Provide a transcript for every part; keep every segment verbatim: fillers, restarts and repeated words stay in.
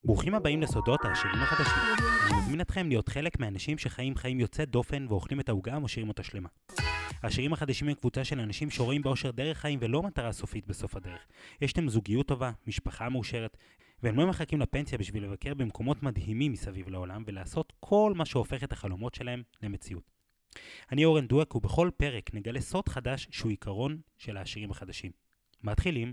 ברוכים הבאים לסודות העשירים החדשים. אני מזמין אתכם להיות חלק מהאנשים שחיים חיים יוצא דופן ואוכלים את העוגה ומשאירים אותה שלמה. העשירים החדשים הם קבוצה של אנשים שרואים באושר דרך חיים ולא מטרה סופית בסוף הדרך. יש להם זוגיות טובה, משפחה מאושרת, והם לא מחכים לפנסיה בשביל לבקר במקומות מדהימים מסביב לעולם ולעשות כל מה שהופך את החלומות שלהם למציאות. אני אורן דואק, ובכל פרק נגלה סוד חדש שהוא עיקרון של העשירים החדשים. מתחילים.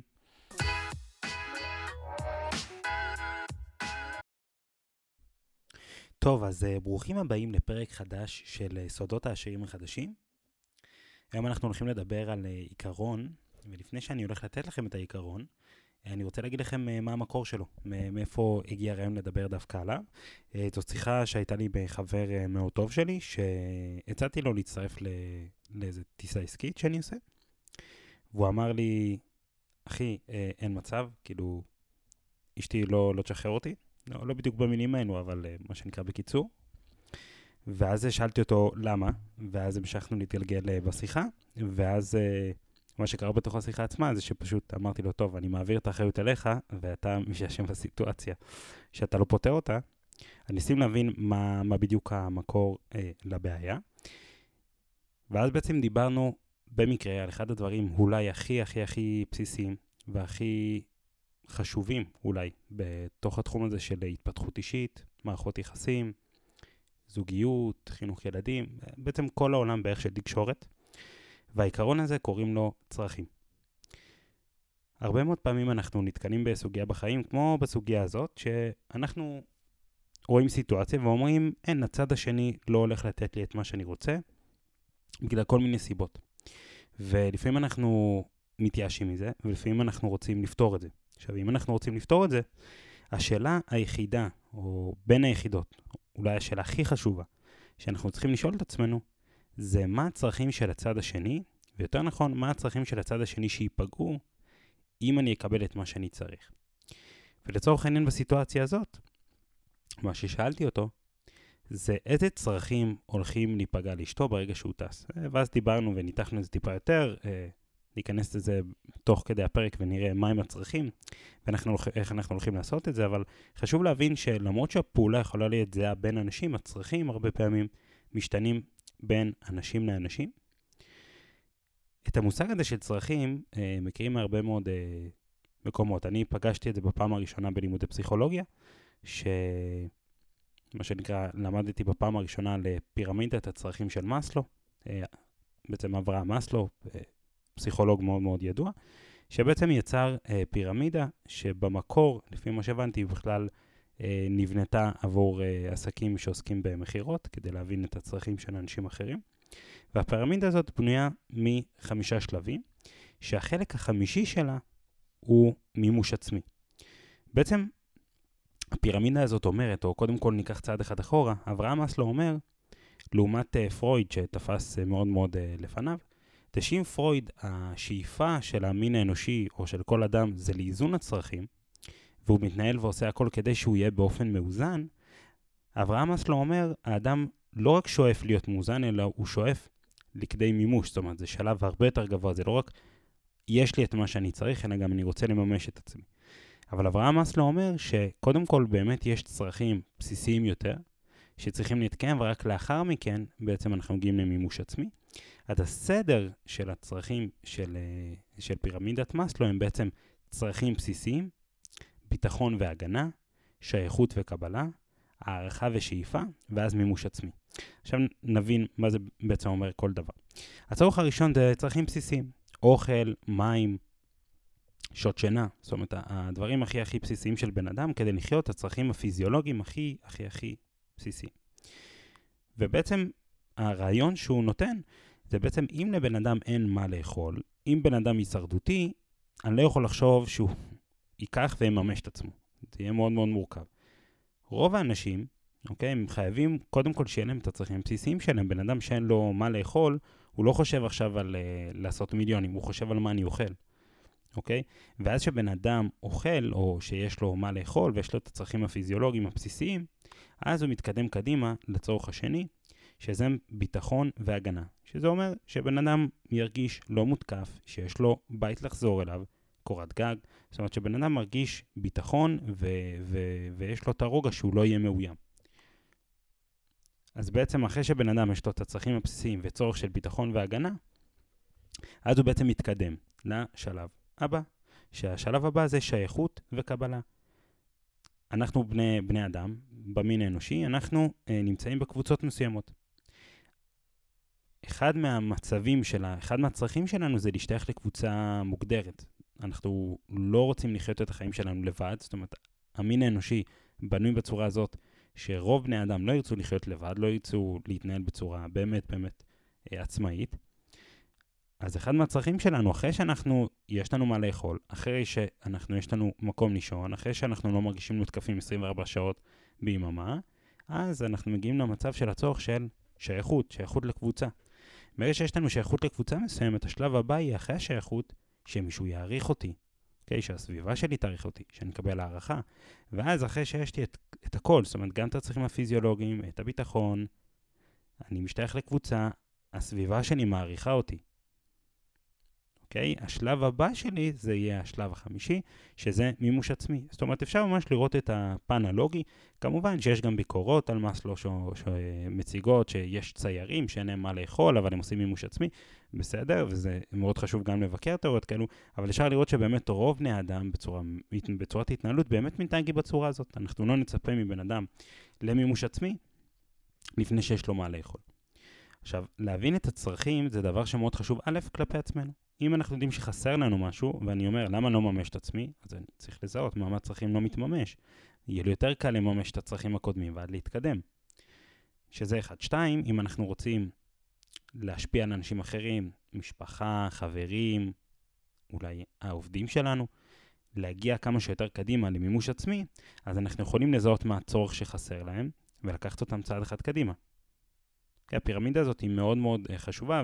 טוב, אז uh, ברוכים הבאים לפרק חדש של uh, סודות העשירים החדשים. היום אנחנו הולכים לדבר על uh, עיקרון, ולפני שאני הולך לתת לכם את העיקרון, uh, אני רוצה להגיד לכם uh, מה המקור שלו, מאיפה הגיע הרעיון לדבר דווקא עליו. Uh, זו שיחה שהייתה לי בחבר uh, מאוד טוב שלי, שהצעתי לו להצטרף ל- לאיזו טיסה עסקית שאני עושה, והוא אמר לי, אחי, uh, אין מצב, כאילו, אשתי לא, לא תשחרר אותי. לא, לא בדיוק במילים האלו, אבל uh, מה שנקרא בקיצור. ואז שאלתי אותו למה, ואז המשכנו להתגלגל uh, בשיחה, ואז uh, מה שקרה בתוך השיחה עצמה זה שפשוט אמרתי לו, טוב, אני מעביר את האחריות אליך, ואתה משאשם בסיטואציה שאתה לא פותר אותה. אני ניסים להבין מה, מה בדיוק המקור uh, לבעיה. ואז בעצם דיברנו במקרה על אחד הדברים אולי הכי הכי הכי בסיסיים, והכי חשובים אולי בתוך התחום הזה של התפתחות אישית, מערכות יחסים, זוגיות, חינוך ילדים, בעצם כל העולם בערך של תקשורת, והעיקרון הזה קוראים לו צרכים. הרבה מאוד פעמים אנחנו נתקלים בסוגיה בחיים, כמו בסוגיה הזאת, שאנחנו רואים סיטואציה ואומרים, אין, הצד השני לא הולך לתת לי את מה שאני רוצה, בגלל כל מיני סיבות. ולפעמים אנחנו מתייאשים מזה, ולפעמים אנחנו רוצים לפתור את זה. עכשיו, אם אנחנו רוצים לפתור את זה, השאלה היחידה, או בין היחידות, אולי השאלה הכי חשובה, שאנחנו צריכים לשאול את עצמנו, זה מה הצרכים של הצד השני, ויותר נכון, מה הצרכים של הצד השני שיפגעו, אם אני אקבל את מה שאני צריך. ולצורך העניין בסיטואציה הזאת, מה ששאלתי אותו, זה איזה צרכים הולכים להיפגע לאשתו ברגע שהוא טס. ואז דיברנו וניתחנו את זה טיפה יותר, ניכנס לזה תוך כדי הפרק ונראה מהם הצרכים, ואיך אנחנו הולכים לעשות את זה, אבל חשוב להבין שלמרות שהפעולה יכולה להיות זהה בין אנשים, הצרכים הרבה פעמים משתנים בין אנשים לאנשים. את המושג הזה של צרכים אה, מכירים מהרבה מאוד אה, מקומות. אני פגשתי את זה בפעם הראשונה בלימודי פסיכולוגיה, שמה שנקרא, למדתי בפעם הראשונה לפירמידת הצרכים של מאסלו, אה, בעצם אברהם מאסלו, אה, פסיכולוג מאוד מאוד ידוע, שבעצם יצר אה, פירמידה שבמקור, לפי מה שהבנתי, בכלל אה, נבנתה עבור אה, עסקים שעוסקים במחירות, כדי להבין את הצרכים של אנשים אחרים. והפירמידה הזאת בנויה מחמישה שלבים, שהחלק החמישי שלה הוא מימוש עצמי. בעצם הפירמידה הזאת אומרת, או קודם כל ניקח צעד אחד אחורה, אברהם מאסלו אומר, לעומת אה, פרויד שתפס אה, מאוד מאוד אה, לפניו, תשים פרויד, השאיפה של המין האנושי או של כל אדם זה לאיזון הצרכים, והוא מתנהל ועושה הכל כדי שהוא יהיה באופן מאוזן. אברהם מאסלו אומר, האדם לא רק שואף להיות מאוזן, אלא הוא שואף לכדי מימוש. זאת אומרת, זה שלב הרבה יותר גבוה, זה לא רק יש לי את מה שאני צריך, אלא גם אני רוצה לממש את עצמי. אבל אברהם מאסלו אומר שקודם כל באמת יש צרכים בסיסיים יותר, שצריכים להתקיים, ורק לאחר מכן בעצם אנחנו מגיעים למימוש עצמי. אז הסדר של הצרכים של, של פירמידת מאסלו הם בעצם צרכים בסיסיים, ביטחון והגנה, שייכות וקבלה, הערכה ושאיפה, ואז מימוש עצמי. עכשיו נבין מה זה בעצם אומר כל דבר. הצורך הראשון זה צרכים בסיסיים, אוכל, מים, שעות שינה, זאת אומרת הדברים הכי הכי בסיסיים של בן אדם כדי לחיות, הצרכים הפיזיולוגיים הכי הכי הכי בסיסיים. ובעצם הרעיון שהוא נותן, זה בעצם אם לבן אדם אין מה לאכול, אם בן אדם הישרדותי, אני לא יכול לחשוב שהוא ייקח ויממש את עצמו. זה יהיה מאוד מאוד מורכב. רוב האנשים, אוקיי, הם חייבים קודם כל שיהיה להם את הצרכים הבסיסיים שלהם. בן אדם שאין לו מה לאכול, הוא לא חושב עכשיו על uh, לעשות מיליונים, הוא חושב על מה אני אוכל. אוקיי? ואז שבן אדם אוכל, או שיש לו מה לאכול, ויש לו את הצרכים הפיזיולוגיים הבסיסיים, אז הוא מתקדם קדימה לצורך השני, שזה ביטחון והגנה. שזה אומר שבן אדם ירגיש לא מותקף, שיש לו בית לחזור אליו, קורת גג, זאת אומרת שבן אדם מרגיש ביטחון ו- ו- ויש לו את הרוגע שהוא לא יהיה מאוים. אז בעצם אחרי שבן אדם יש לו את הצרכים הבסיסיים וצורך של ביטחון והגנה, אז הוא בעצם מתקדם לשלב הבא, שהשלב הבא זה שייכות וקבלה. אנחנו בני, בני אדם, במין האנושי, אנחנו אה, נמצאים בקבוצות מסוימות. אחד מהמצבים שלה, אחד מהצרכים שלנו זה להשתייך לקבוצה מוגדרת. אנחנו לא רוצים לחיות את החיים שלנו לבד, זאת אומרת, המין האנושי בנוי בצורה הזאת, שרוב בני אדם לא ירצו לחיות לבד, לא ירצו להתנהל בצורה באמת באמת אה, עצמאית. אז אחד מהצרכים שלנו, אחרי שאנחנו, יש לנו מה לאכול, אחרי שאנחנו, יש לנו מקום לישון, אחרי שאנחנו לא מרגישים מותקפים עשרים וארבע שעות ביממה, אז אנחנו מגיעים למצב של הצורך של שייכות, שייכות לקבוצה. ברגע שיש לנו שייכות לקבוצה מסוימת, השלב הבא יהיה אחרי השייכות, שמישהו יעריך אותי, okay? שהסביבה שלי תעריך אותי, שאני אקבל הערכה. ואז אחרי שיש לי את, את הכל, זאת אומרת, גם את הצרכים הפיזיולוגיים, את הביטחון, אני משתייך לקבוצה, הסביבה שלי מעריכה אותי. אוקיי? השלב הבא שלי זה יהיה השלב החמישי, שזה מימוש עצמי. זאת אומרת, אפשר ממש לראות את הפן הלוגי. כמובן שיש גם ביקורות על מאסלו שמציגות שיש ציירים שאין להם מה לאכול, אבל הם עושים מימוש עצמי. בסדר, וזה מאוד חשוב גם לבקר תיאוריות כאלו, אבל אפשר לראות שבאמת רוב בני האדם בצורה, בצורת התנהלות באמת מתנהגים בצורה הזאת. אנחנו לא נצפה מבן אדם למימוש עצמי לפני שיש לו מה לאכול. עכשיו, להבין את הצרכים זה דבר שמאוד חשוב, א', כלפי עצמנו. אם אנחנו יודעים שחסר לנו משהו, ואני אומר, למה לא ממש את עצמי? אז אני צריך לזהות מה מהצרכים לא מתממש. יהיה לי יותר קל לממש את הצרכים הקודמים ועד להתקדם. שזה אחד. שתיים, אם אנחנו רוצים להשפיע על אנשים אחרים, משפחה, חברים, אולי העובדים שלנו, להגיע כמה שיותר קדימה למימוש עצמי, אז אנחנו יכולים לזהות מה הצורך שחסר להם, ולקחת אותם צעד אחד קדימה. הפירמידה הזאת היא מאוד מאוד חשובה,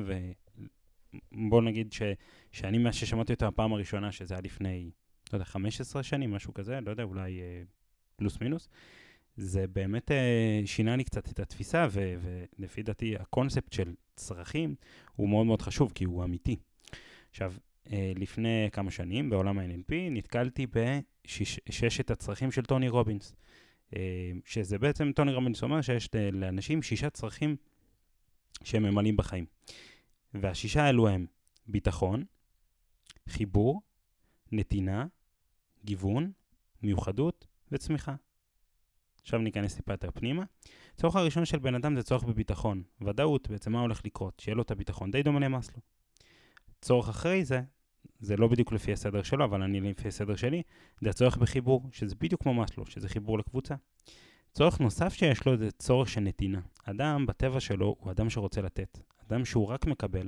ובוא נגיד ש, שאני מה ששמעתי אותה הפעם הראשונה, שזה היה לפני, לא יודע, חמש עשרה שנים, משהו כזה, לא יודע, אולי אה, פלוס מינוס, זה באמת אה, שינה לי קצת את התפיסה, ו, ולפי דעתי הקונספט של צרכים הוא מאוד מאוד חשוב, כי הוא אמיתי. עכשיו, אה, לפני כמה שנים, בעולם ה-אן אל פי, נתקלתי בששת הצרכים של טוני רובינס, אה, שזה בעצם, טוני רובינס אומר שיש לאנשים שישה צרכים, שהם ממלאים בחיים. והשישה האלו הם ביטחון, חיבור, נתינה, גיוון, מיוחדות וצמיחה. עכשיו ניכנס טיפה יותר פנימה. הצורך הראשון של בן אדם זה צורך בביטחון. ודאות, בעצם מה הולך לקרות? שיהיה לו את הביטחון. די דומה למאסלו. צורך אחרי זה, זה לא בדיוק לפי הסדר שלו, אבל אני לפי הסדר שלי, זה הצורך בחיבור, שזה בדיוק כמו מאסלו, שזה חיבור לקבוצה. צורך נוסף שיש לו זה צורך של נתינה. אדם בטבע שלו הוא אדם שרוצה לתת. אדם שהוא רק מקבל,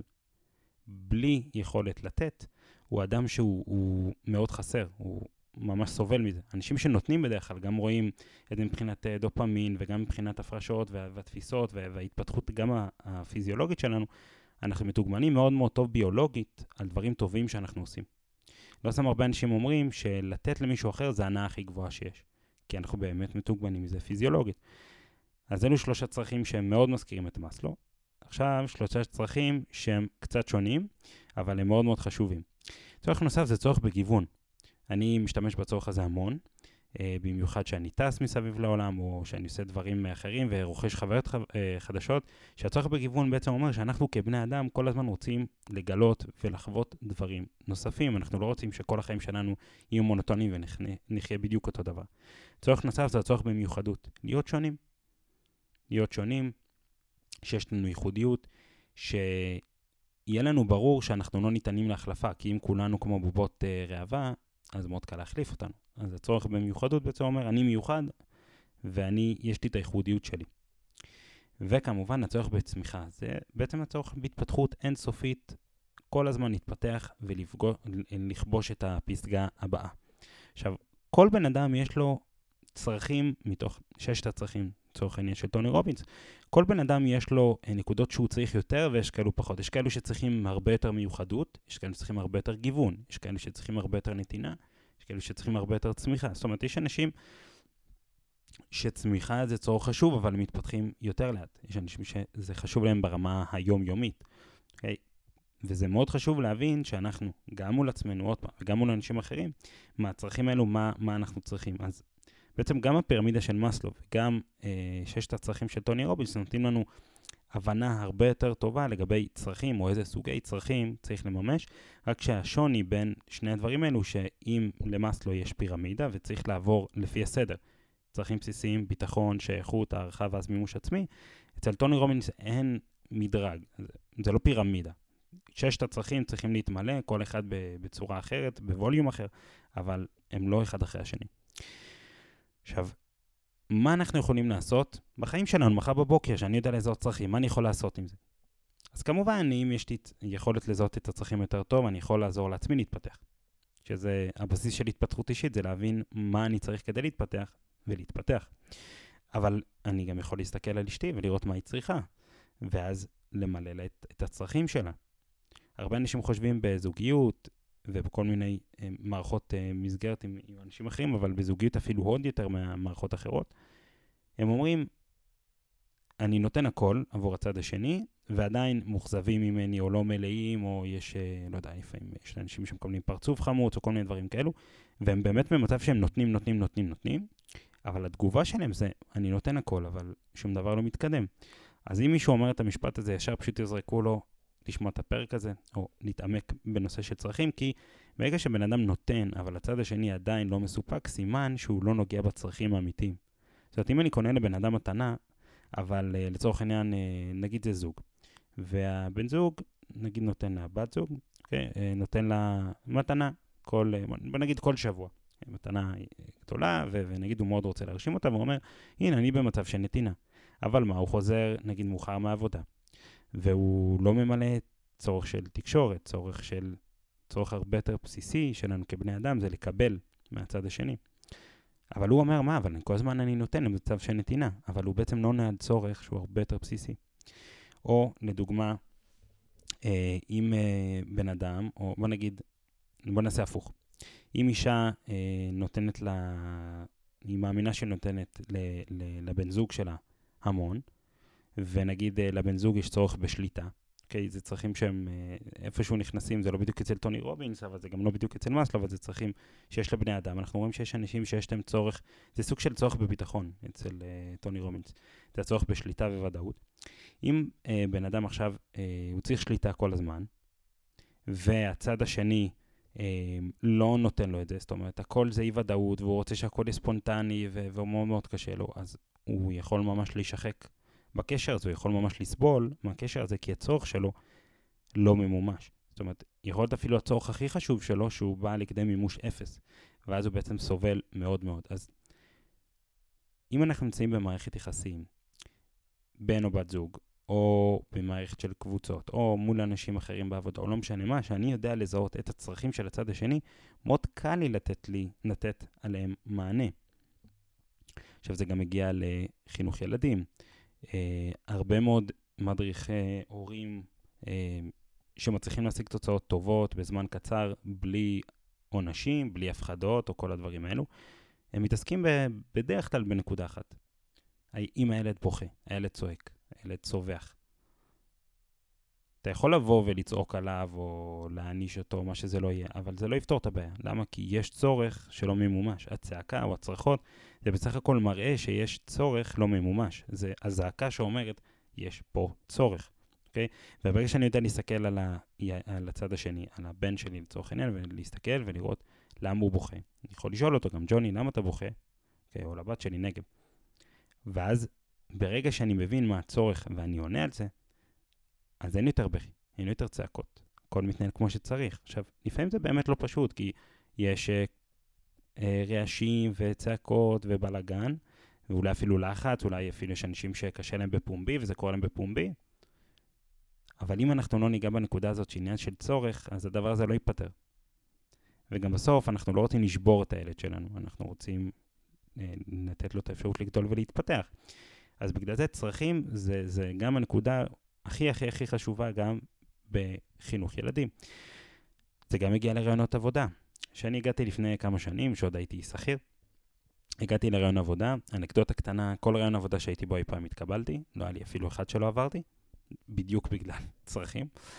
בלי יכולת לתת, הוא אדם שהוא הוא מאוד חסר, הוא ממש סובל מזה. אנשים שנותנים בדרך כלל גם רואים את זה מבחינת דופמין וגם מבחינת הפרשות והתפיסות וההתפתחות גם הפיזיולוגית שלנו, אנחנו מתוגמנים מאוד מאוד טוב ביולוגית על דברים טובים שאנחנו עושים. לא סתם הרבה אנשים אומרים שלתת למישהו אחר זה הנאה הכי גבוהה שיש. כי אנחנו באמת מתוגמנים מזה פיזיולוגית. אז אלו שלושה צרכים שהם מאוד מזכירים את מאסלו. עכשיו שלושה צרכים שהם קצת שונים, אבל הם מאוד מאוד חשובים. צורך נוסף זה צורך בגיוון. אני משתמש בצורך הזה המון, במיוחד שאני טס מסביב לעולם, או שאני עושה דברים אחרים ורוכש חוויות חדשות, שהצורך בגיוון בעצם אומר שאנחנו כבני אדם כל הזמן רוצים לגלות ולחוות דברים נוספים. אנחנו לא רוצים שכל החיים שלנו יהיו מונוטונים ונחיה בדיוק אותו דבר. צורך נוסף זה הצורך במיוחדות. להיות שונים. להיות שונים, שיש לנו ייחודיות, שיהיה לנו ברור שאנחנו לא ניתנים להחלפה, כי אם כולנו כמו בובות רעבה, אז מאוד קל להחליף אותנו. אז הצורך במיוחדות בעצם אומר, אני מיוחד, ואני, יש לי את הייחודיות שלי. וכמובן, הצורך בצמיחה. זה בעצם הצורך בהתפתחות אינסופית, כל הזמן להתפתח ולכבוש את הפסגה הבאה. עכשיו, כל בן אדם יש לו צרכים מתוך ששת הצרכים, צורך העניין של טוני רובינס. כל בן אדם יש לו נקודות שהוא צריך יותר, ויש כאלו פחות. יש כאלו שצריכים הרבה יותר מיוחדות, יש כאלו שצריכים הרבה יותר גיוון, יש כאלו שצריכים הרבה יותר נתינה, יש כאלו שצריכים הרבה יותר צמיחה. זאת אומרת, יש אנשים שצמיחה זה צורך חשוב, אבל הם מתפתחים יותר לאט. יש אנשים שזה חשוב להם ברמה היומיומית. Okay? וזה מאוד חשוב להבין שאנחנו, גם מול עצמנו, עוד פעם, וגם מול אנשים אחרים, מה הצרכים האלו, מה, מה אנחנו צריכים. אז בעצם גם הפירמידה של מאסלו, וגם אה, ששת הצרכים של טוני רובינס, נותנים לנו הבנה הרבה יותר טובה לגבי צרכים, או איזה סוגי צרכים צריך לממש, רק שהשוני בין שני הדברים האלו, שאם למאסלו יש פירמידה, וצריך לעבור לפי הסדר, צרכים בסיסיים, ביטחון, שייכות, הערכה ואז מימוש עצמי, אצל טוני רובינס אין מדרג, זה, זה לא פירמידה. ששת הצרכים צריכים להתמלא, כל אחד בצורה אחרת, בווליום אחר, אבל הם לא אחד אחרי השני. עכשיו, מה אנחנו יכולים לעשות בחיים שלנו, מחר בבוקר, שאני יודע לזהות צרכים, מה אני יכול לעשות עם זה? אז כמובן, אם יש לי יכולת לזהות את הצרכים יותר טוב, אני יכול לעזור לעצמי להתפתח. שזה הבסיס של התפתחות אישית, זה להבין מה אני צריך כדי להתפתח ולהתפתח. אבל אני גם יכול להסתכל על אשתי ולראות מה היא צריכה, ואז למלא לה את, את הצרכים שלה. הרבה אנשים חושבים בזוגיות ובכל מיני אה, מערכות אה, מסגרת עם, עם אנשים אחרים, אבל בזוגיות אפילו עוד יותר מהמערכות אחרות. הם אומרים, אני נותן הכל עבור הצד השני, ועדיין מוחזבים ממני או לא מלאים, או יש, אה, לא יודע, לפעמים יש אנשים שמקבלים פרצוף חמוץ או כל מיני דברים כאלו, והם באמת במצב שהם נותנים, נותנים, נותנים, נותנים, אבל התגובה שלהם זה, אני נותן הכל, אבל שום דבר לא מתקדם. אז אם מישהו אומר את המשפט הזה, ישר פשוט יזרקו לו לשמוע את הפרק הזה, או להתעמק בנושא של צרכים, כי ברגע שבן אדם נותן, אבל הצד השני עדיין לא מסופק, סימן שהוא לא נוגע בצרכים האמיתיים. זאת אומרת, אם אני קונה לבן אדם מתנה, אבל uh, לצורך העניין, uh, נגיד זה זוג, והבן זוג, נגיד נותן לה בת זוג, okay, uh, נותן לה מתנה, כל, uh, נגיד כל שבוע, מתנה גדולה, ו- ונגיד הוא מאוד רוצה להרשים אותה, והוא אומר, הנה, אני במצב של נתינה. אבל מה, הוא חוזר, נגיד, מאוחר מהעבודה. והוא לא ממלא צורך של תקשורת, צורך של, צורך הרבה יותר בסיסי שלנו כבני אדם, זה לקבל מהצד השני. אבל הוא אומר, מה, אבל כל הזמן אני נותן למצב של נתינה, אבל הוא בעצם לא נעד צורך שהוא הרבה יותר בסיסי. או, לדוגמה, אה, אם אה, בן אדם, או בוא נגיד, בוא נעשה הפוך. אם אישה אה, נותנת לה, היא מאמינה שנותנת ל, ל, לבן זוג שלה המון, ונגיד לבן זוג יש צורך בשליטה, אוקיי? זה צרכים שהם איפשהו נכנסים, זה לא בדיוק אצל טוני רובינס, אבל זה גם לא בדיוק אצל מאסלו, אבל זה צרכים שיש לבני אדם. אנחנו רואים שיש אנשים שיש להם צורך, זה סוג של צורך בביטחון אצל uh, טוני רובינס, זה הצורך בשליטה וודאות. אם uh, בן אדם עכשיו, uh, הוא צריך שליטה כל הזמן, והצד השני uh, לא נותן לו את זה, זאת אומרת, הכל זה אי ודאות, והוא רוצה שהכל יהיה ספונטני, והוא מאוד מאוד קשה לו, אז הוא יכול ממש להישחק בקשר הזה, הוא יכול ממש לסבול מהקשר הזה, כי הצורך שלו לא ממומש. זאת אומרת, יכול להיות אפילו הצורך הכי חשוב שלו, שהוא בא לכדי מימוש אפס, ואז הוא בעצם סובל מאוד מאוד. אז אם אנחנו נמצאים במערכת יחסים, בן או בת זוג, או במערכת של קבוצות, או מול אנשים אחרים בעבודה, או לא משנה מה, שאני יודע לזהות את הצרכים של הצד השני, מאוד קל לי לתת לי, לתת עליהם מענה. עכשיו זה גם מגיע לחינוך ילדים. Uh, הרבה מאוד מדריכי הורים uh, שמצליחים להשיג תוצאות טובות בזמן קצר, בלי עונשים, בלי הפחדות או כל הדברים האלו, הם מתעסקים ב- בדרך כלל בנקודה אחת. אם הילד בוכה, הילד צועק, הילד צובח. אתה יכול לבוא ולצעוק עליו או להעניש אותו, מה שזה לא יהיה, אבל זה לא יפתור את הבעיה. למה? כי יש צורך שלא ממומש. הצעקה או הצרחות, זה בסך הכל מראה שיש צורך לא ממומש. זה הזעקה שאומרת, יש פה צורך. אוקיי? וברגע שאני יודע להסתכל על, ה... על הצד השני, על הבן שלי לצורך העניין, ולהסתכל ולראות למה הוא בוכה. אני יכול לשאול אותו גם, ג'וני, למה אתה בוכה? אוקיי? או לבת שלי, נגב. ואז ברגע שאני מבין מה הצורך ואני עונה על זה, אז אין יותר בכי, אין יותר צעקות. הכל מתנהל כמו שצריך. עכשיו, לפעמים זה באמת לא פשוט, כי יש אה, רעשים וצעקות ובלגן, ואולי אפילו לחץ, אולי אפילו יש אנשים שקשה להם בפומבי, וזה קורה להם בפומבי. אבל אם אנחנו לא ניגע בנקודה הזאת שעניין של צורך, אז הדבר הזה לא ייפטר. וגם בסוף אנחנו לא רוצים לשבור את הילד שלנו, אנחנו רוצים אה, לתת לו את האפשרות לגדול ולהתפתח. אז בגלל זה צרכים, זה, זה גם הנקודה הכי הכי הכי חשובה גם בחינוך ילדים. זה גם הגיע לרעיונות עבודה. שאני הגעתי לפני כמה שנים, שעוד הייתי שכיר, הגעתי לרעיון עבודה, אנקדוטה קטנה, כל רעיון עבודה שהייתי בו אי פעם התקבלתי, לא היה לי אפילו אחד שלא עברתי, בדיוק בגלל צרכים.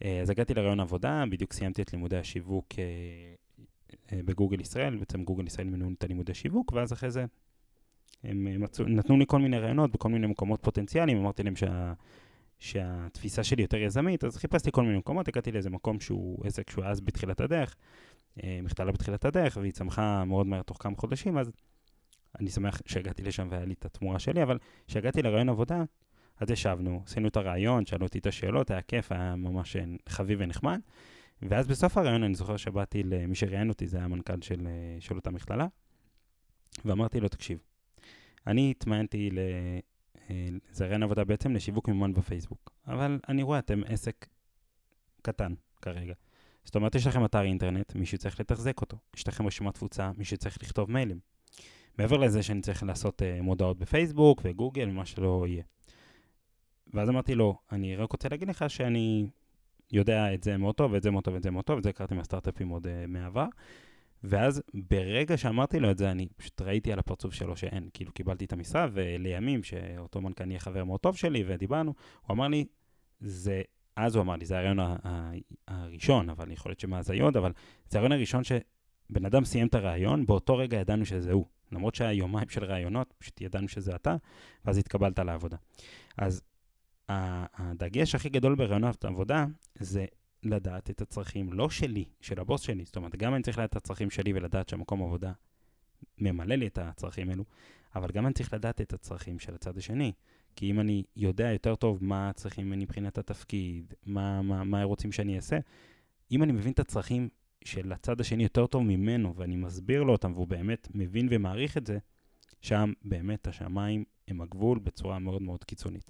אז הגעתי לרעיון עבודה, בדיוק סיימתי את לימודי השיווק בגוגל ישראל, בעצם גוגל ישראל מנהל את הלימודי שיווק, ואז אחרי זה הם מצאו, נתנו לי כל מיני רעיונות בכל מיני מקומות פוטנציאליים, אמרתי להם שה, שהתפיסה שלי יותר יזמית, אז חיפשתי כל מיני מקומות, הגעתי לאיזה מקום שהוא עסק שהוא אז בתחילת הדרך, מכתלה בתחילת הדרך, והיא צמחה מאוד מהר תוך כמה חודשים, אז אני שמח שהגעתי לשם והיה לי את התמורה שלי, אבל כשהגעתי לרעיון עבודה, אז ישבנו, עשינו את הרעיון, שאלו אותי את השאלות, היה כיף, היה ממש חביב ונחמד, ואז בסוף הרעיון אני זוכר שבאתי למי שראיין אותי, זה היה המנכ"ל של, של אותה מכללה, ואמרתי לו, תקשיב, אני התמיינתי לזה רעיון עבודה בעצם לשיווק מימון בפייסבוק, אבל אני רואה, אתם עסק קטן כרגע. זאת אומרת, יש לכם אתר אינטרנט, מישהו צריך לתחזק אותו, יש לכם רשימת תפוצה, מישהו צריך לכתוב מיילים. מעבר לזה שאני צריך לעשות uh, מודעות בפייסבוק וגוגל, מה שלא יהיה. ואז אמרתי לו, אני רק רוצה להגיד לך שאני יודע את זה מאוד טוב, ואת זה מאוד טוב, ואת זה מאוד טוב, ואת זה הכרתי מהסטארט-אפים עוד uh, מעבר. ואז ברגע שאמרתי לו את זה, אני פשוט ראיתי על הפרצוף שלו שאין, כאילו קיבלתי את המשרה, ולימים שאותו מנכ"ל יהיה חבר מאוד טוב שלי, ודיברנו, הוא אמר לי, זה, אז הוא אמר לי, זה הרעיון ה- ה- הראשון, אבל יכול להיות שמאז היוד, אבל זה הרעיון הראשון שבן אדם סיים את הרעיון, באותו רגע ידענו שזה הוא. למרות שהיומיים של רעיונות, פשוט ידענו שזה אתה, ואז התקבלת לעבודה. אז הדגש הכי גדול ברעיונות עבודה, זה לדעת את הצרכים, לא שלי, של הבוס שלי. זאת אומרת, גם אני צריך לדעת את הצרכים שלי, ולדעת שהמקום עבודה ממלא לי את הצרכים האלו, אבל גם אני צריך לדעת את הצרכים של הצד השני. כי אם אני יודע יותר טוב מה הצרכים מבחינת התפקיד, מה, מה, מה רוצים שאני אעשה, אם אני מבין את הצרכים של הצד השני יותר טוב ממנו, ואני מסביר לו אותם, והוא באמת מבין ומעריך את זה, שם באמת השמיים הם הגבול בצורה מאוד מאוד קיצונית.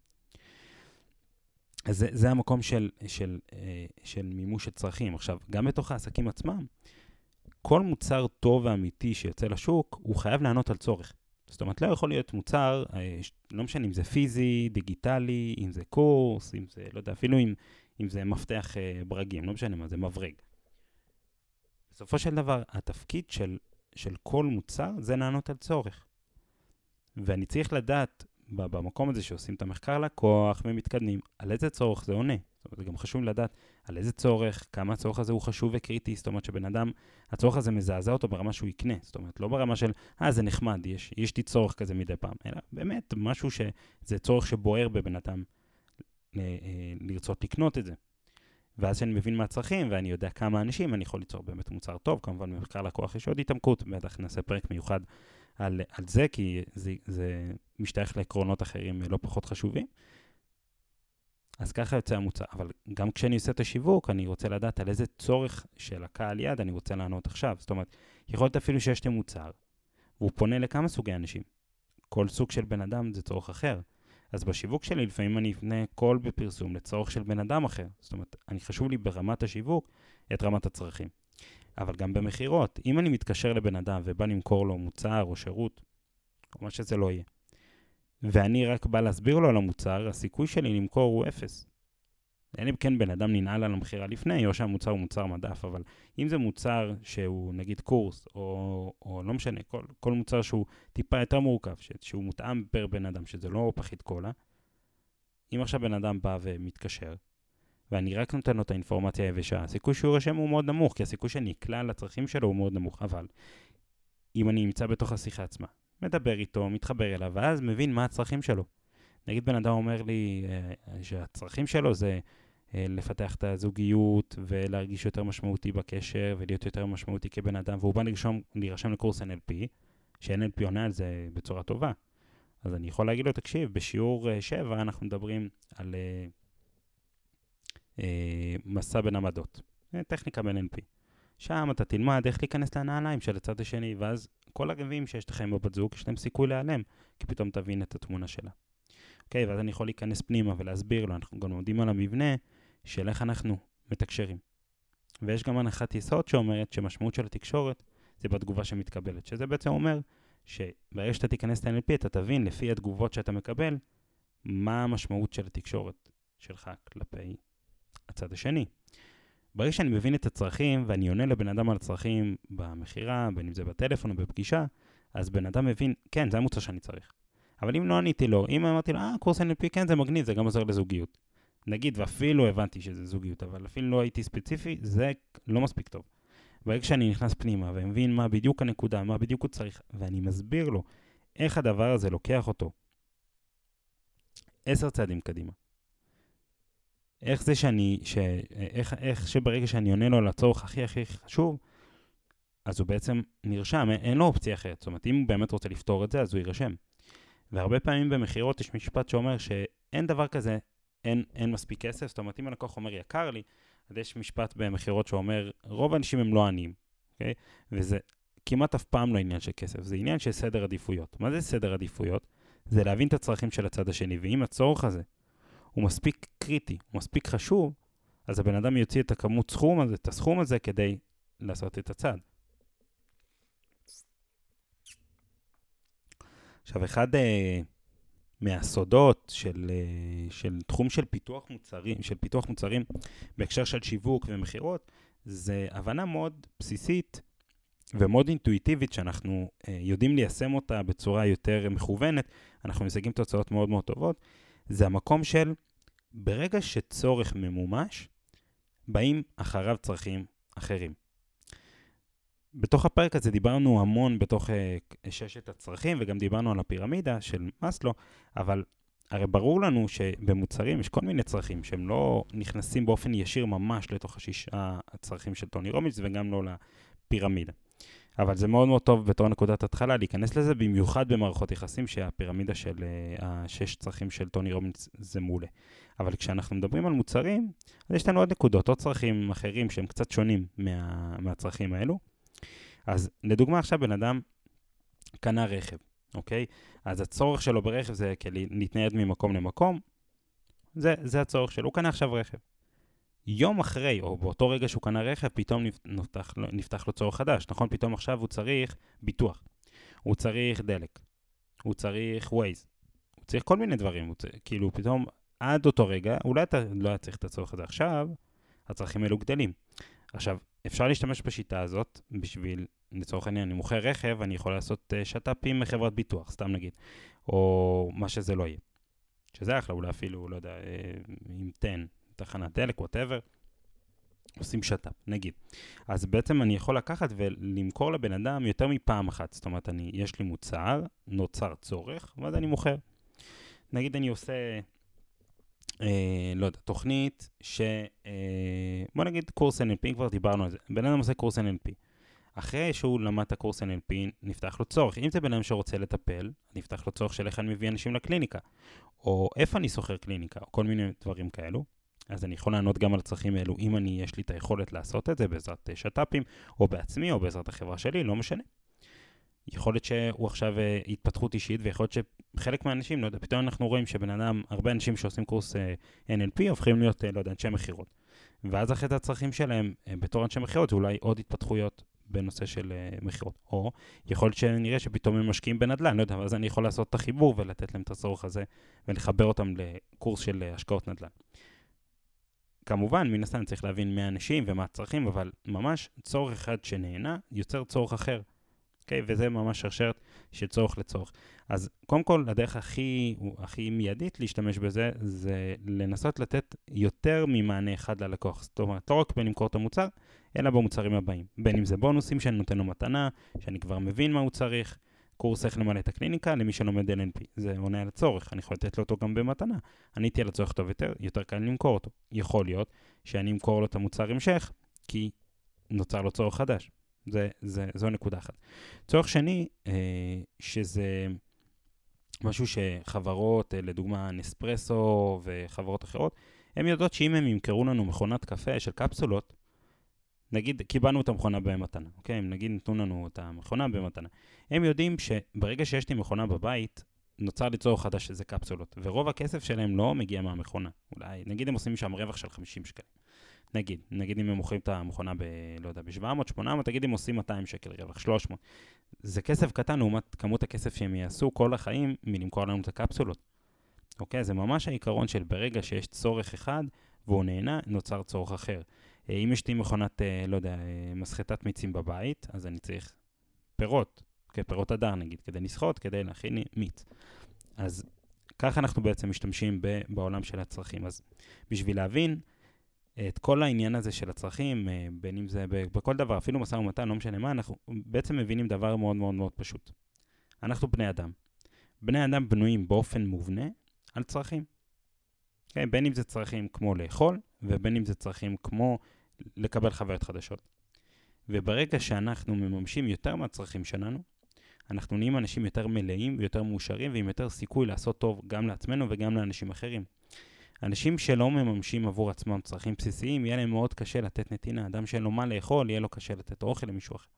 אז זה, זה המקום של, של, של מימוש הצרכים. עכשיו, גם בתוך העסקים עצמם, כל מוצר טוב ואמיתי שיוצא לשוק, הוא חייב לענות על צורך. זאת אומרת, לא יכול להיות מוצר, לא משנה אם זה פיזי, דיגיטלי, אם זה קורס, אם זה, לא יודע, אפילו אם, אם זה מפתח ברגים, לא משנה מה, זה מברג. בסופו של דבר, התפקיד של, של כל מוצר זה לענות על צורך. ואני צריך לדעת במקום הזה שעושים את המחקר לקוח ומתקדמים, על איזה צורך זה עונה. זאת אומרת, זה גם חשוב לדעת על איזה צורך, כמה הצורך הזה הוא חשוב וקריטי. זאת אומרת שבן אדם, הצורך הזה מזעזע אותו ברמה שהוא יקנה. זאת אומרת, לא ברמה של, אה, זה נחמד, יש, יש לי צורך כזה מדי פעם. אלא באמת, משהו שזה צורך שבוער בבן אדם ל, לרצות לקנות את זה. ואז שאני מבין מה הצרכים, ואני יודע כמה אנשים, אני יכול ליצור באמת מוצר טוב. כמובן, במחקר לקוח יש עוד התעמקות, בטח נעשה פרק מיוחד על, על זה, כי זה, זה משתייך לעקרונות אחרים לא פחות חשובים. אז ככה יוצא המוצר. אבל גם כשאני עושה את השיווק, אני רוצה לדעת על איזה צורך של הקהל יד אני רוצה לענות עכשיו. זאת אומרת, יכול להיות אפילו שיש לי מוצר, והוא פונה לכמה סוגי אנשים. כל סוג של בן אדם זה צורך אחר. אז בשיווק שלי, לפעמים אני אפנה כל בפרסום לצורך של בן אדם אחר. זאת אומרת, אני חשוב לי ברמת השיווק את רמת הצרכים. אבל גם במחירות, אם אני מתקשר לבן אדם ובא למכור לו מוצר או שירות, או מה שזה לא יהיה, ואני רק בא להסביר לו על המוצר, הסיכוי שלי למכור הוא אפס. אין לי כן בן אדם ננעל על המחירה לפני, או שהמוצר הוא מוצר מדף, אבל אם זה מוצר שהוא נגיד קורס, או, או לא משנה, כל, כל מוצר שהוא טיפה יותר מורכב, שהוא מותאם פר בן אדם, שזה לא פחית קולה, אם עכשיו בן אדם בא ומתקשר, ואני רק נותן לו את האינפורמציה היבשה, הסיכוי שהוא רשם הוא מאוד נמוך, כי הסיכוי שאני אקלע לצרכים שלו הוא מאוד נמוך, אבל אם אני נמצא בתוך השיחה עצמה, מדבר איתו, מתחבר אליו, ואז מבין מה הצרכים שלו. נגיד בן אדם אומר לי uh, שהצרכים שלו זה uh, לפתח את הזוגיות ולהרגיש יותר משמעותי בקשר ולהיות יותר משמעותי כבן אדם, והוא בא לרשום, להירשם לקורס אן אל פי, ש-אן אל פי עונה על זה בצורה טובה. אז אני יכול להגיד לו, תקשיב, בשיעור uh, שבע אנחנו מדברים על uh, uh, מסע בין עמדות, uh, טכניקה ב-אן אל פי. שם אתה תלמד איך להיכנס לנעליים של הצד השני, ואז כל הרבים שיש לכם בבת זוג, יש להם סיכוי להיעלם, כי פתאום תבין את התמונה שלה. אוקיי, ואז אני יכול להיכנס פנימה ולהסביר לו, אנחנו גם לומדים על המבנה של איך אנחנו מתקשרים. ויש גם הנחת יסוד שאומרת שמשמעות של התקשורת זה בתגובה שמתקבלת, שזה בעצם אומר שברגע שאתה תיכנס ל-אן אל פי, אתה תבין לפי התגובות שאתה מקבל, מה המשמעות של התקשורת שלך כלפי הצד השני. ברגע שאני מבין את הצרכים, ואני עונה לבן אדם על הצרכים במחירה, בין אם זה בטלפון או בפגישה, אז בן אדם מבין, כן, זה המוצר שאני צריך. אבל אם לא עניתי לו, אם אמרתי לו, אה, קורס אן אל פי, כן, זה מגניב, זה גם עוזר לזוגיות. נגיד, ואפילו הבנתי שזה זוגיות, אבל אפילו לא הייתי ספציפי, זה לא מספיק טוב. ברגע שאני נכנס פנימה ומבין מה בדיוק הנקודה, מה בדיוק הוא צריך, ואני מסביר לו איך הדבר הזה לוקח אותו עשר צעדים קדימה. איך זה שאני, ש, איך, איך שברגע שאני עונה לו לצורך הכי הכי חשוב, אז הוא בעצם נרשם, אין לו אופציה אחרת. זאת אומרת, אם הוא באמת רוצה לפתור את זה, אז הוא יירשם. והרבה פעמים במחירות יש משפט שאומר שאין דבר כזה, אין, אין מספיק כסף. זאת אומרת, אם הלקוח אומר יקר לי, אז יש משפט במחירות שאומר, רוב האנשים הם לא עניים. Okay? וזה כמעט אף פעם לא עניין של כסף, זה עניין של סדר עדיפויות. מה זה סדר עדיפויות? זה להבין את הצרכים של הצד השני, ואם הצורך הזה הוא מספיק קריטי, הוא מספיק חשוב, אז הבן אדם יוציא את הכמות סכום הזה, את הסכום הזה, כדי לעשות את הצד. עכשיו, אחד אה, מהסודות של, אה, של תחום של פיתוח מוצרים, של פיתוח מוצרים בהקשר של שיווק ומחירות, זה הבנה מאוד בסיסית ומאוד אינטואיטיבית, שאנחנו אה, יודעים ליישם אותה בצורה יותר מכוונת, אנחנו משיגים תוצאות מאוד מאוד טובות. זה המקום של, ברגע שצורך ממומש, באים אחריו צרכים אחרים. בתוך הפרק הזה דיברנו המון בתוך אה, ששת הצרכים, וגם דיברנו על הפירמידה של מאסלו, אבל הרי ברור לנו שבמוצרים יש כל מיני צרכים שהם לא נכנסים באופן ישיר ממש לתוך השישה הצרכים של טוני רובינס, וגם לא לפירמידה. אבל זה מאוד מאוד טוב בתור נקודת התחלה להיכנס לזה, במיוחד במערכות יחסים שהפירמידה של uh, השש צרכים של טוני רובינס זה מעולה. אבל כשאנחנו מדברים על מוצרים, אז יש לנו עוד נקודות, עוד צרכים אחרים שהם קצת שונים מה, מהצרכים האלו. אז לדוגמה עכשיו בן אדם קנה רכב, אוקיי? אז הצורך שלו ברכב זה להתנייד ממקום למקום, זה, זה הצורך שלו, הוא קנה עכשיו רכב. יום אחרי, או באותו רגע שהוא קנה רכב, פתאום נפתח, נפתח לו צורך חדש, נכון? פתאום עכשיו הוא צריך ביטוח, הוא צריך דלק, הוא צריך ווייז, הוא צריך כל מיני דברים, הוא צריך, כאילו פתאום עד אותו רגע, אולי אתה לא היה צריך את הצורך הזה עכשיו, הצרכים האלו גדלים. עכשיו, אפשר להשתמש בשיטה הזאת, בשביל, לצורך העניין, אני מוכר רכב, אני יכול לעשות שטאפים מחברת ביטוח, סתם נגיד, או מה שזה לא יהיה. שזה אחלה, אולי אפילו, לא יודע, עם תן, תחנת דלק, whatever, עושים שטאפ, נגיד. אז בעצם אני יכול לקחת ולמכור לבן אדם יותר מפעם אחת. זאת אומרת, אני, יש לי מוצר, נוצר צורך, ואז אני מוכר. נגיד אני עושה, אה, לא יודע, תוכנית ש... אה, בוא נגיד קורס אן אל פי, כבר דיברנו על זה. בן אדם עושה קורס אן אל פי. אחרי שהוא למד את הקורס אן אל פי, נפתח לו צורך. אם זה בן אדם שרוצה לטפל, נפתח לו צורך של איך אני מביא אנשים לקליניקה. או איפה אני סוחר קליניקה, או כל מיני דברים כאלו. אז אני יכול לענות גם על הצרכים האלו, אם אני, יש לי את היכולת לעשות את זה בעזרת שטאפים, או בעצמי, או בעזרת החברה שלי, לא משנה. יכול להיות שהוא עכשיו התפתחות אישית, ויכול להיות שחלק מהאנשים, לא יודע, פתאום אנחנו רואים שבן אדם, הרבה אנשים שעושים קורס אן אל פי, הופכים להיות, לא יודע, אנשי מחירות. ואז אחרי את הצרכים שלהם, בתור אנשי מחירות, זה אולי עוד התפתחויות בנושא של מחירות. או יכול להיות שנראה שפתאום הם משקיעים בנדל"ן, לא יודע, אז אני יכול לעשות את החיבור ולתת להם את הצורך הזה, ולחבר אותם לקורס של השקעות נדל"ן. כמובן, מן הסתם צריך להבין מי האנשים ומה הצרכים, אבל ממש צורך אחד שנהנה יוצר צורך אחר. אוקיי? וזה ממש שרשרת של צורך לצורך. אז קודם כל, הדרך הכי, הכי מיידית להשתמש בזה, זה לנסות לתת יותר ממענה אחד ללקוח. זאת אומרת, לא רק בלמכור את המוצר, אלא במוצרים הבאים. בין אם זה בונוסים שאני נותן לו מתנה, שאני כבר מבין מה הוא צריך, קורס איך למלא את הקליניקה, למי שלומד אל אן פי. זה עונה על הצורך, אני יכול לתת לו אותו גם במתנה. עניתי על הצורך טוב יותר, יותר קל למכור אותו. יכול להיות שאני אמכור לו את המוצר המשך, כי נוצר לו צורך חדש. זה, זה, זו נקודה אחת. צורך שני, אה, שזה משהו שחברות, אה, לדוגמה נספרסו וחברות אחרות, הן יודעות שאם הם ימכרו לנו מכונת קפה של קפסולות, נגיד, קיבלנו את המכונה במתנה, אוקיי? אם נגיד נתנו לנו את המכונה במתנה. הם יודעים שברגע שיש לי מכונה בבית, נוצר לי צורך חדש שזה קפסולות, ורוב הכסף שלהם לא מגיע מהמכונה. אולי, נגיד הם עושים שם רווח של חמישים שקלים. נגיד, נגיד אם הם מוכרים את המכונה ב, לא יודע, ב-שבע מאות, שמונה מאות, תגיד אם עושים מאתיים שקל רווח, שלוש מאות. זה כסף קטן לעומת כמות הכסף שהם יעשו כל החיים מלמכור לנו את הקפסולות. אוקיי? זה ממש העיקרון של ברגע שיש צורך אחד והוא נהנה, נוצר צורך אחר. אם יש לי מכונת, לא יודע, מסחטת מיצים בבית, אז אני צריך פירות, אוקיי? פירות הדר נגיד, כדי לסחוט, כדי להכין מיץ. אז ככה אנחנו בעצם משתמשים בעולם של הצרכים. אז בשביל להבין את כל העניין הזה של הצרכים, בין אם זה בכל דבר, אפילו משא ומתן, לא משנה מה, אנחנו בעצם מבינים דבר מאוד מאוד מאוד פשוט. אנחנו בני אדם. בני אדם בנויים באופן מובנה על צרכים. Okay, בין אם זה צרכים כמו לאכול, ובין אם זה צרכים כמו לקבל חוויות חדשות. וברגע שאנחנו מממשים יותר מהצרכים שלנו, אנחנו נהיים אנשים יותר מלאים ויותר מאושרים, ועם יותר סיכוי לעשות טוב גם לעצמנו וגם לאנשים אחרים. אנשים שלא מממשים עבור עצמם צרכים בסיסיים, יהיה להם מאוד קשה לתת נתינה. אדם שאין לו מה לאכול, יהיה לו קשה לתת אוכל למישהו אחר.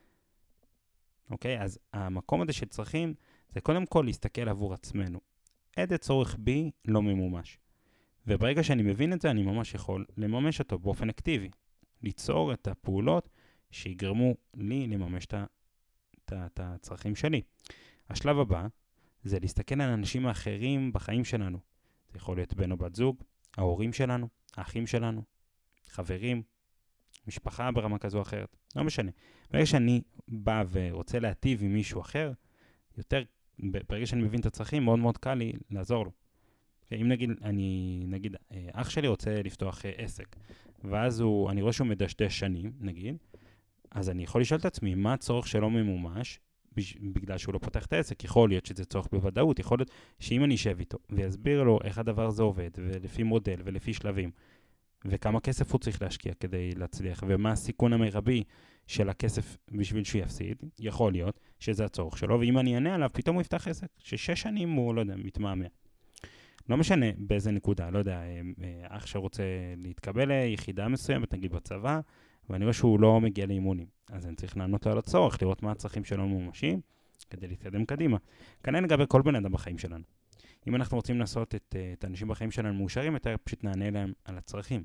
אוקיי? אז המקום הזה של צרכים, זה קודם כל להסתכל עבור עצמנו. איזה צורך בי לא ממומש. וברגע שאני מבין את זה, אני ממש יכול לממש אותו באופן אקטיבי. ליצור את הפעולות שיגרמו לי לממש את הצרכים שלי. השלב הבא, זה להסתכל על אנשים האחרים בחיים שלנו. זה יכול להיות בן או בת זוג, ההורים שלנו, האחים שלנו, חברים, משפחה ברמה כזו או אחרת. לא משנה. ברגע שאני בא ורוצה להטיב עם מישהו אחר, יותר, ברגע שאני מבין את הצרכים, מאוד מאוד קל לי לעזור לו. אם נגיד, אני, נגיד, אח שלי רוצה לפתוח עסק, ואז הוא, אני רואה שהוא מדשדש שנים, נגיד, אז אני יכול לשאול את עצמי, מה הצורך שלו ממומש, בגלל שהוא לא פותח את העסק? יכול להיות שזה צורך בוודאות, יכול להיות שאם אני אשב איתו, ויסביר לו איך הדבר הזה עובד, ולפי מודל ולפי שלבים, וכמה כסף הוא צריך להשקיע כדי להצליח, ומה הסיכון המרבי של הכסף בשביל שהוא יפסיד, יכול להיות שזה הצורך שלו, ואם אני אענה עליו, פתאום הוא יפתח עסק, ששש שנים הוא, לא יודע, מתמהמה. לא משנה באיזה נקודה, לא יודע, אח שרוצה להתקבל ליחידה מסוימת, נגיד בצבא, ואני רואה שהוא לא מגיע לאימונים. אז אני צריך לענות לו על הצורך, לראות מה הצרכים שלנו ממומשים, כדי להתקדם קדימה. כנראה לגבי כל בן אדם בחיים שלנו. אם אנחנו רוצים לעשות את, את האנשים בחיים שלנו מאושרים, יותר פשוט נענה להם על הצרכים.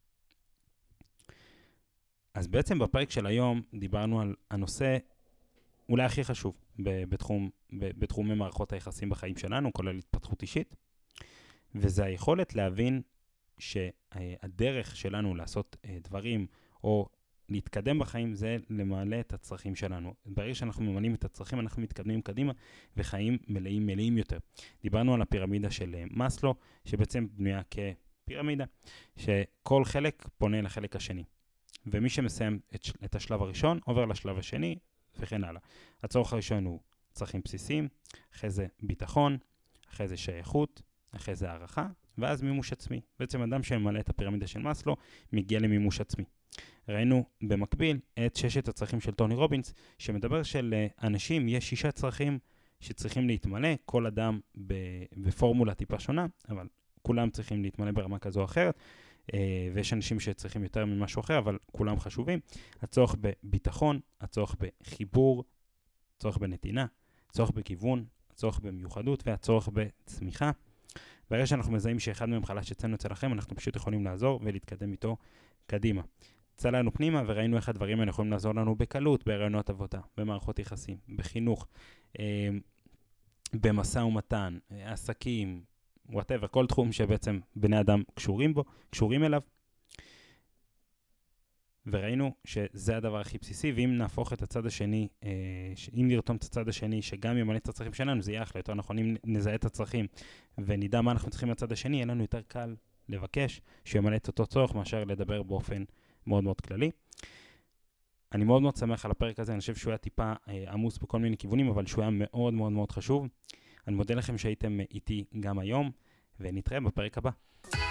אז בעצם בפרק של היום דיברנו על הנושא אולי הכי חשוב בתחום, בתחומי מערכות היחסים בחיים שלנו, כולל התפתחות אישית. וזה היכולת להבין שהדרך שלנו לעשות דברים או להתקדם בחיים זה למעלה את הצרכים שלנו. ברגע שאנחנו ממלאים את הצרכים, אנחנו מתקדמים קדימה וחיים מלאים מלאים יותר. דיברנו על הפירמידה של מאסלו, שבעצם בנויה כפירמידה, שכל חלק פונה לחלק השני. ומי שמסיים את, את השלב הראשון עובר לשלב השני וכן הלאה. הצורך הראשון הוא צרכים בסיסיים, אחרי זה ביטחון, אחרי זה שייכות, אחרי זה הערכה, ואז מימוש עצמי. בעצם אדם שממלא את הפירמידה של מאסלו, מגיע למימוש עצמי. ראינו במקביל את ששת הצרכים של טוני רובינס, שמדבר של אנשים, יש שישה צרכים שצריכים להתמלא, כל אדם בפורמולה טיפה שונה, אבל כולם צריכים להתמלא ברמה כזו או אחרת, ויש אנשים שצריכים יותר ממשהו אחר, אבל כולם חשובים. הצורך בביטחון, הצורך בחיבור, הצורך בנתינה, הצורך בכיוון, הצורך במיוחדות והצורך בצמיחה. ברגע שאנחנו מזהים שאחד מהם חלש אצלנו אצל אחרים, אנחנו פשוט יכולים לעזור ולהתקדם איתו קדימה. צלענו פנימה וראינו איך הדברים האלה יכולים לעזור לנו בקלות, ברעיונות עבודה, במערכות יחסים, בחינוך, אה, במשא ומתן, אה, עסקים, whatever, כל תחום שבעצם בני אדם קשורים בו, קשורים אליו. וראינו שזה הדבר הכי בסיסי, ואם נהפוך את הצד השני, אה, אם נרתום את הצד השני, שגם ימלא את הצרכים שלנו, זה יהיה אחלה, יותר נכון, אם נזהה את הצרכים, ונדע מה אנחנו צריכים לצד השני, יהיה לנו יותר קל לבקש שימלא את אותו צורך, מאשר לדבר באופן מאוד מאוד כללי. אני מאוד מאוד שמח על הפרק הזה, אני חושב שהוא היה טיפה אה, עמוס בכל מיני כיוונים, אבל שהוא היה מאוד מאוד מאוד חשוב. אני מודה לכם שהייתם איתי גם היום, ונתראה בפרק הבא.